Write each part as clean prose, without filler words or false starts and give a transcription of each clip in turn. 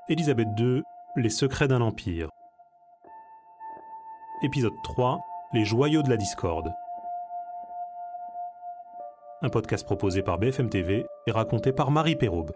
Élisabeth II, les secrets d'un empire. Épisode 3, les joyaux de la discorde. Un podcast proposé par BFM TV et raconté par Marie Perraube.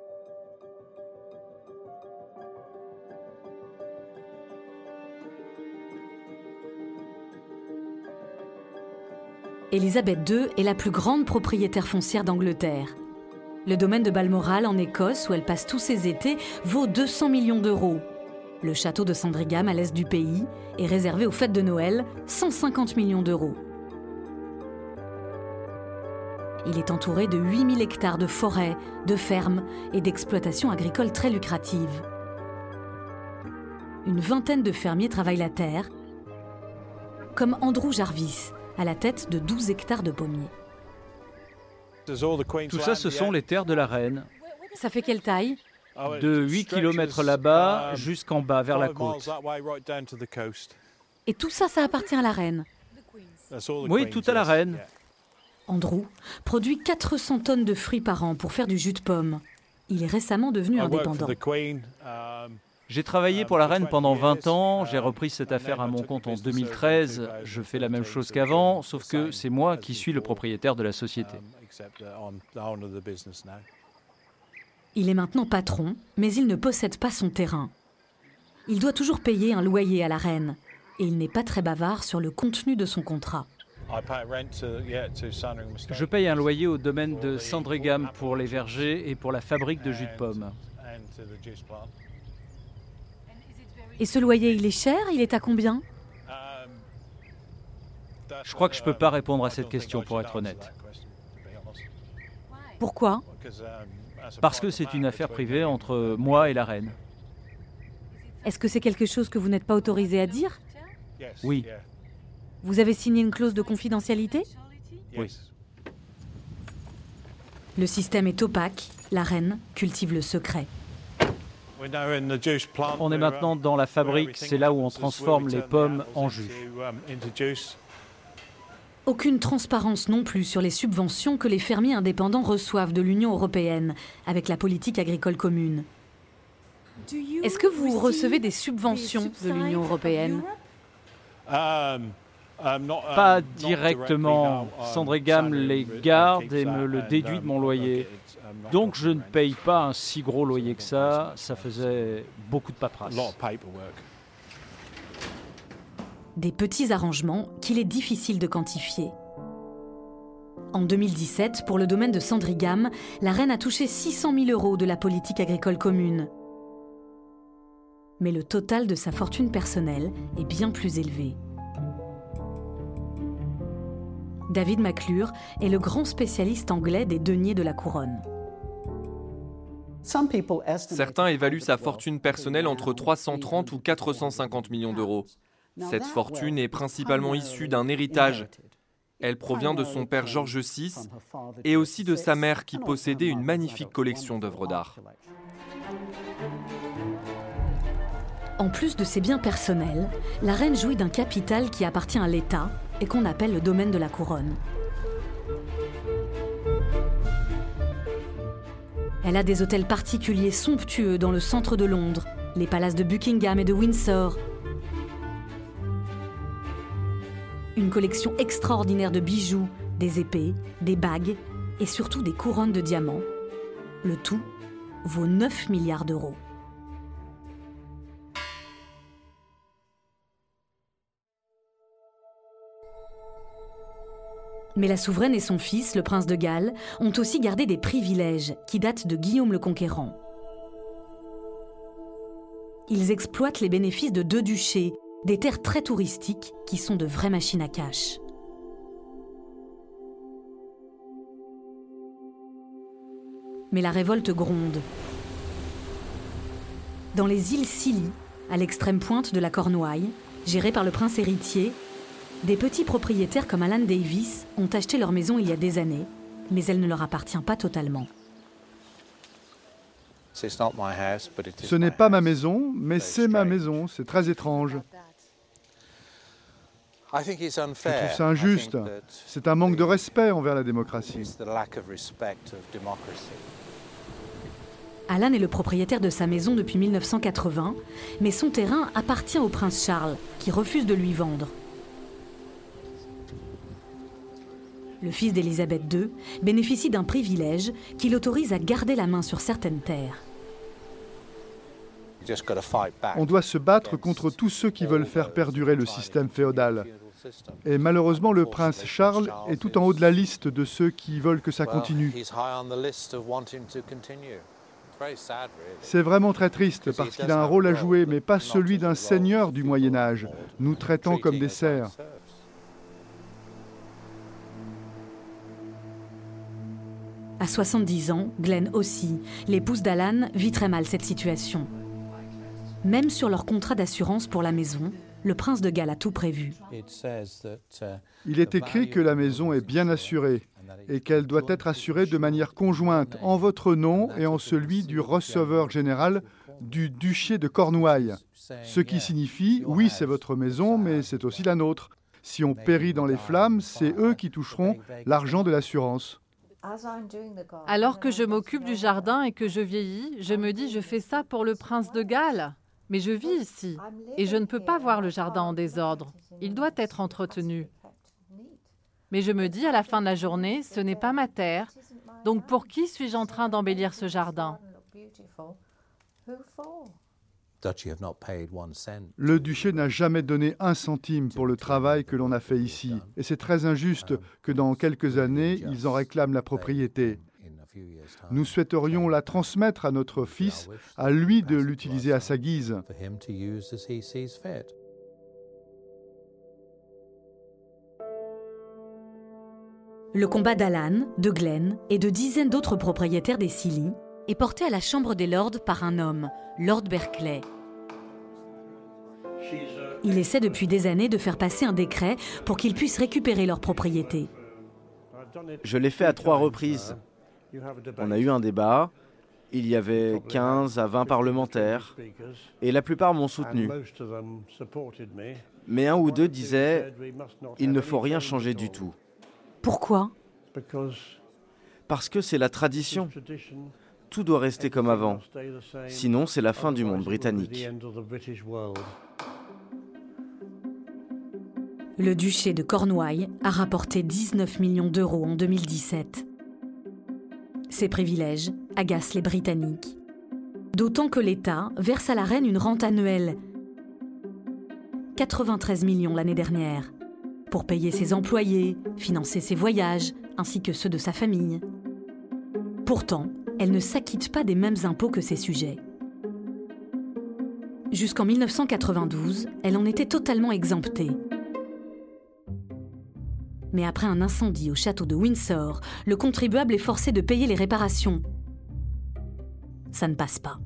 Élisabeth II est la plus grande propriétaire foncière d'Angleterre. Le domaine de Balmoral en Écosse, où elle passe tous ses étés, vaut 200 millions d'euros. Le château de Sandringham, à l'est du pays, est réservé aux fêtes de Noël, 150 millions d'euros. Il est entouré de 8000 hectares de forêts, de fermes et d'exploitations agricoles très lucratives. Une vingtaine de fermiers travaillent la terre, comme Andrew Jarvis, à la tête de 12 hectares de pommiers. Tout ça, ce sont les terres de la reine. Ça fait quelle taille ? De 8 km là-bas jusqu'en bas, vers la côte. Et tout ça, ça appartient à la reine. Oui, tout à la reine. Andrew produit 400 tonnes de fruits par an pour faire du jus de pomme. Il est récemment devenu indépendant. J'ai travaillé pour la reine pendant 20 ans, j'ai repris cette affaire à mon compte en 2013. Je fais la même chose qu'avant, sauf que c'est moi qui suis le propriétaire de la société. Il est maintenant patron, mais il ne possède pas son terrain. Il doit toujours payer un loyer à la reine, et il n'est pas très bavard sur le contenu de son contrat. Je paye un loyer au domaine de Sandringham pour les vergers et pour la fabrique de jus de pomme. Et ce loyer, il est cher ? Il est à combien ? Je crois que je ne peux pas répondre à cette question, pour être honnête. Pourquoi ? Parce que c'est une affaire privée entre moi et la reine. Est-ce que c'est quelque chose que vous n'êtes pas autorisé à dire ? Oui. Vous avez signé une clause de confidentialité ? Oui. Le système est opaque, la reine cultive le secret. On est maintenant dans la fabrique, c'est là où on transforme les pommes en jus. Aucune transparence non plus sur les subventions que les fermiers indépendants reçoivent de l'Union européenne avec la politique agricole commune. Est-ce que vous recevez des subventions de l'Union européenne ? Pas directement. Sandringham les garde et me le déduit de mon loyer. Donc je ne paye pas un si gros loyer que ça. Ça faisait beaucoup de paperasse. Des petits arrangements qu'il est difficile de quantifier. En 2017, pour le domaine de Sandringham, la reine a touché 600 000 euros de la politique agricole commune. Mais le total de sa fortune personnelle est bien plus élevé. David McClure est le grand spécialiste anglais des deniers de la couronne. Certains évaluent sa fortune personnelle entre 330 ou 450 millions d'euros. Cette fortune est principalement issue d'un héritage. Elle provient de son père George VI et aussi de sa mère qui possédait une magnifique collection d'œuvres d'art. En plus de ses biens personnels, la reine jouit d'un capital qui appartient à l'État et qu'on appelle le domaine de la couronne. Elle a des hôtels particuliers somptueux dans le centre de Londres, les palaces de Buckingham et de Windsor. Une collection extraordinaire de bijoux, des épées, des bagues et surtout des couronnes de diamants. Le tout vaut 9 milliards d'euros. Mais la souveraine et son fils, le prince de Galles, ont aussi gardé des privilèges qui datent de Guillaume le Conquérant. Ils exploitent les bénéfices de 2 duchés, des terres très touristiques qui sont de vraies machines à cash. Mais la révolte gronde. Dans les îles Scilly, à l'extrême pointe de la Cornouaille, gérée par le prince héritier, des petits propriétaires comme Alan Davis ont acheté leur maison il y a des années, mais elle ne leur appartient pas totalement. Ce n'est pas ma maison, mais c'est ma maison. C'est très étrange. Je trouve ça injuste. C'est un manque de respect envers la démocratie. Alan est le propriétaire de sa maison depuis 1980, mais son terrain appartient au prince Charles, qui refuse de lui vendre. Le fils d'Élisabeth II bénéficie d'un privilège qui l'autorise à garder la main sur certaines terres. On doit se battre contre tous ceux qui veulent faire perdurer le système féodal. Et malheureusement, le prince Charles est tout en haut de la liste de ceux qui veulent que ça continue. C'est vraiment très triste parce qu'il a un rôle à jouer, mais pas celui d'un seigneur du Moyen-Âge, nous traitant comme des serfs. À 70 ans, Glenn aussi, l'épouse d'Alan, vit très mal cette situation. Même sur leur contrat d'assurance pour la maison, le prince de Galles a tout prévu. Il est écrit que la maison est bien assurée et qu'elle doit être assurée de manière conjointe en votre nom et en celui du receveur général du duché de Cornouailles. Ce qui signifie, oui, c'est votre maison, mais c'est aussi la nôtre. Si on périt dans les flammes, c'est eux qui toucheront l'argent de l'assurance. Alors que je m'occupe du jardin et que je vieillis, je me dis, je fais ça pour le prince de Galles. Mais je vis ici et je ne peux pas voir le jardin en désordre. Il doit être entretenu. Mais je me dis, à la fin de la journée, ce n'est pas ma terre. Donc pour qui suis-je en train d'embellir ce jardin ? Le duché n'a jamais donné un centime pour le travail que l'on a fait ici. Et c'est très injuste que dans quelques années, ils en réclament la propriété. Nous souhaiterions la transmettre à notre fils, à lui de l'utiliser à sa guise. Le combat d'Alan, de Glenn et de dizaines d'autres propriétaires des Scilly est porté à la Chambre des Lords par un homme, Lord Berkeley. Il essaie depuis des années de faire passer un décret pour qu'ils puissent récupérer leur propriété. Je l'ai fait à 3 reprises. On a eu un débat, il y avait 15 à 20 parlementaires, et la plupart m'ont soutenu. Mais un ou deux disaient « il ne faut rien changer du tout ». Pourquoi ? Parce que c'est la tradition. Tout doit rester comme avant. Sinon, c'est la fin du monde britannique. Le duché de Cornouailles a rapporté 19 millions d'euros en 2017. Ces privilèges agacent les Britanniques. D'autant que l'État verse à la reine une rente annuelle. 93 millions l'année dernière. Pour payer ses employés, financer ses voyages, ainsi que ceux de sa famille. Pourtant, elle ne s'acquitte pas des mêmes impôts que ses sujets. Jusqu'en 1992, elle en était totalement exemptée. Mais après un incendie au château de Windsor, le contribuable est forcé de payer les réparations. Ça ne passe pas.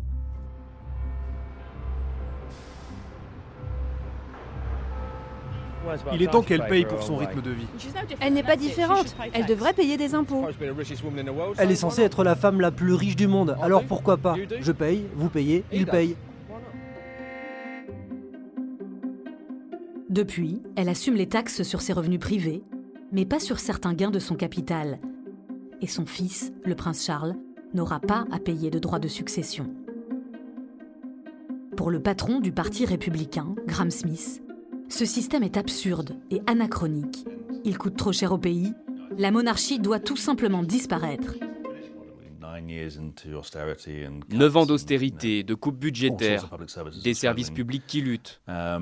Il est temps qu'elle paye pour son rythme de vie. Elle n'est pas différente. Elle devrait payer des impôts. Elle est censée être la femme la plus riche du monde. Alors pourquoi pas ? Je paye, vous payez, il paye. Depuis, elle assume les taxes sur ses revenus privés, mais pas sur certains gains de son capital. Et son fils, le prince Charles, n'aura pas à payer de droits de succession. Pour le patron du parti républicain, Graham Smith, ce système est absurde et anachronique. Il coûte trop cher au pays. La monarchie doit tout simplement disparaître. 9 ans d'austérité, de coupes budgétaires, des services publics qui luttent.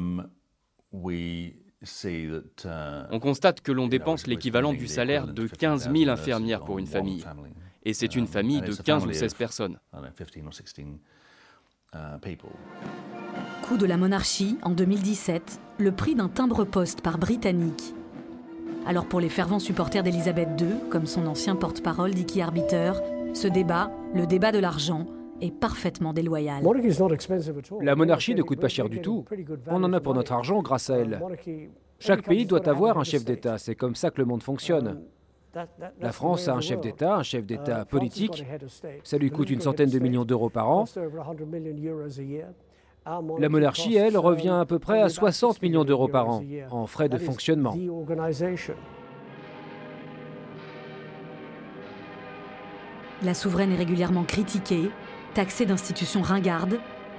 On constate que l'on dépense l'équivalent du salaire de 15 000 infirmières pour une famille. Et c'est une famille de 15 ou 16 personnes. Coût de la monarchie, en 2017, le prix d'un timbre-poste par Britannique. Alors pour les fervents supporters d'Élisabeth II, comme son ancien porte-parole Dickie Arbiter, ce débat, le débat de l'argent, est parfaitement déloyal. La monarchie ne coûte pas cher du tout. On en a pour notre argent grâce à elle. Chaque pays doit avoir un chef d'État, c'est comme ça que le monde fonctionne. La France a un chef d'État politique. Ça lui coûte une centaine de millions d'euros par an. La monarchie, elle, revient à peu près à 60 millions d'euros par an, en frais de fonctionnement. La souveraine est régulièrement critiquée, taxée d'institutions ringardes.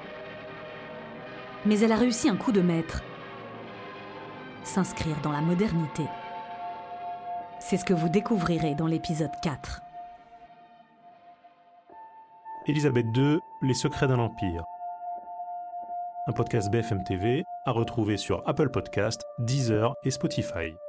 Mais elle a réussi un coup de maître. S'inscrire dans la modernité. C'est ce que vous découvrirez dans l'épisode 4. Élisabeth II, Les secrets d'un empire. Un podcast BFM TV à retrouver sur Apple Podcasts, Deezer et Spotify.